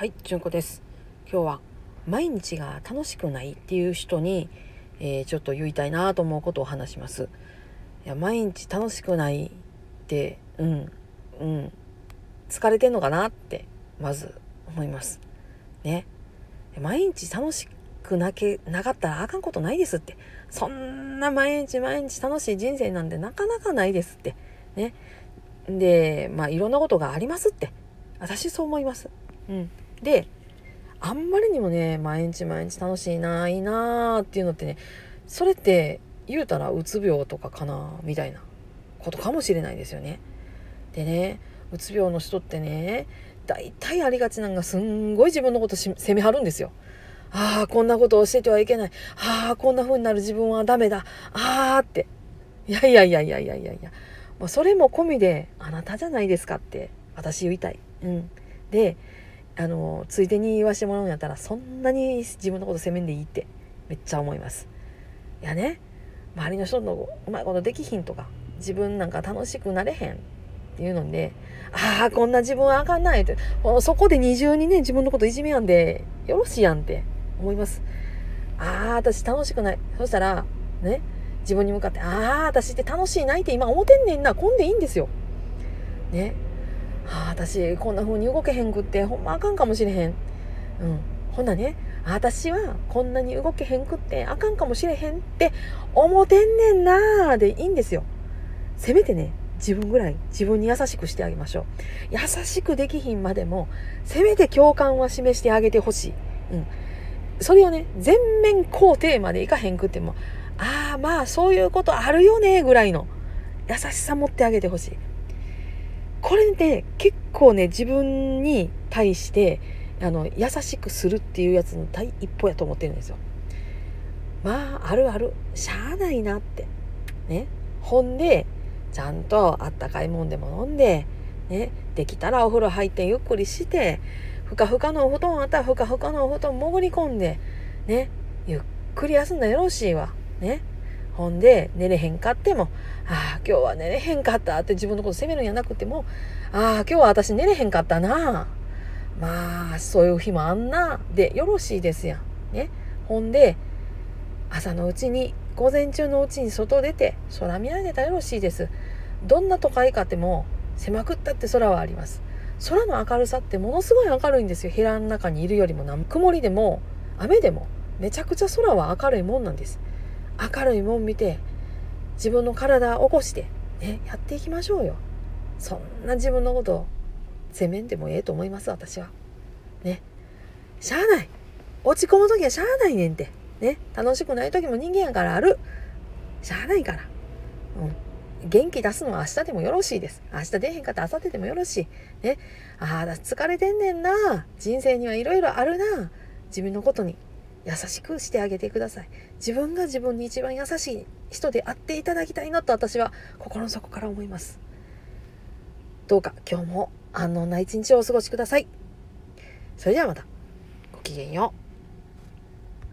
はい、じゅんこです。今日は毎日が楽しくないっていう人に、ちょっと言いたいなと思うことを話します。いや、毎日楽しくないって、疲れてんのかなってまず思いますね。毎日楽しくなかったらあかんことないですって。そんな毎日毎日楽しい人生なんてなかなかないですってね。で、いろんなことがありますって、私そう思います。で、あんまりにもね、毎日毎日楽しいな、いいなっていうのってね、それって言うたらうつ病とかかなみたいなことかもしれないですよね。でね、うつ病の人ってね、大体ありがちなんが、すんごい自分のこと責めはるんですよ。ああ、こんなことをしててはいけない。ああ、こんな風になる自分はダメだ。ああって。いやいやいやいやいやいやいや。もうそれも込みであなたじゃないですかって私言いたい。で、ついでに言わしてもらうんやったら、そんなに自分のこと責めんでいいってめっちゃ思います。いやね、周りの人のうまいことできひんとか、自分なんか楽しくなれへんっていうので、ああこんな自分はあかんないって、そこで二重にね自分のこといじめやんでよろしいやんって思います。ああ私楽しくない。そしたらね、自分に向かって、ああ私って楽しいないって今思ってんねんな、こんでいいんですよね。私こんな風に動けへんくってほんまあかんかもしれへん。ほんなね、私はこんなに動けへんくってあかんかもしれへんって思ってんねんなーでいいんですよ。せめてね、自分ぐらい自分に優しくしてあげましょう。優しくできひんまでもせめて共感は示してあげてほしい。それをね、全面肯定までいかへんくっても、まあそういうことあるよねぐらいの優しさ持ってあげてほしい。これで結構ね、自分に対して優しくするっていうやつの第一歩やと思ってるんですよ。あるあるしゃあないなってね。ほんでちゃんとあったかいもんでも飲んでね、できたらお風呂入ってゆっくりして、ふかふかのお布団あったらふかふかのお布団潜り込んでね、ゆっくり休んだらよろしいわね。ほんで寝れへんかっても、今日は寝れへんかったって自分のこと責めるんやなくても、今日は私寝れへんかったな、そういう日もあんなでよろしいですやんね。ほんで朝のうちに、午前中のうちに外出て空見上げたらよろしいです。どんな都会かっても狭くったって空はあります。空の明るさってものすごい明るいんですよ。部屋の中にいるよりも曇りでも雨でもめちゃくちゃ空は明るいもんなんです。明るいもん見て自分の体を起こしてね、やっていきましょうよ。そんな自分のこと責めんでもええと思います、私はね。しゃあない、落ち込む時はしゃあないねんってね。楽しくない時も人間やからある、しゃあないから、元気出すのは明日でもよろしいです。明日出へんかったら明後日でもよろしいね。疲れてんねんな、人生にはいろいろあるな、自分のことに優しくしてあげてください。自分が自分に一番優しい人であっていただきたいなと私は心の底から思います。どうか今日も安穏な一日をお過ごしください。それではまた。ごきげんよう。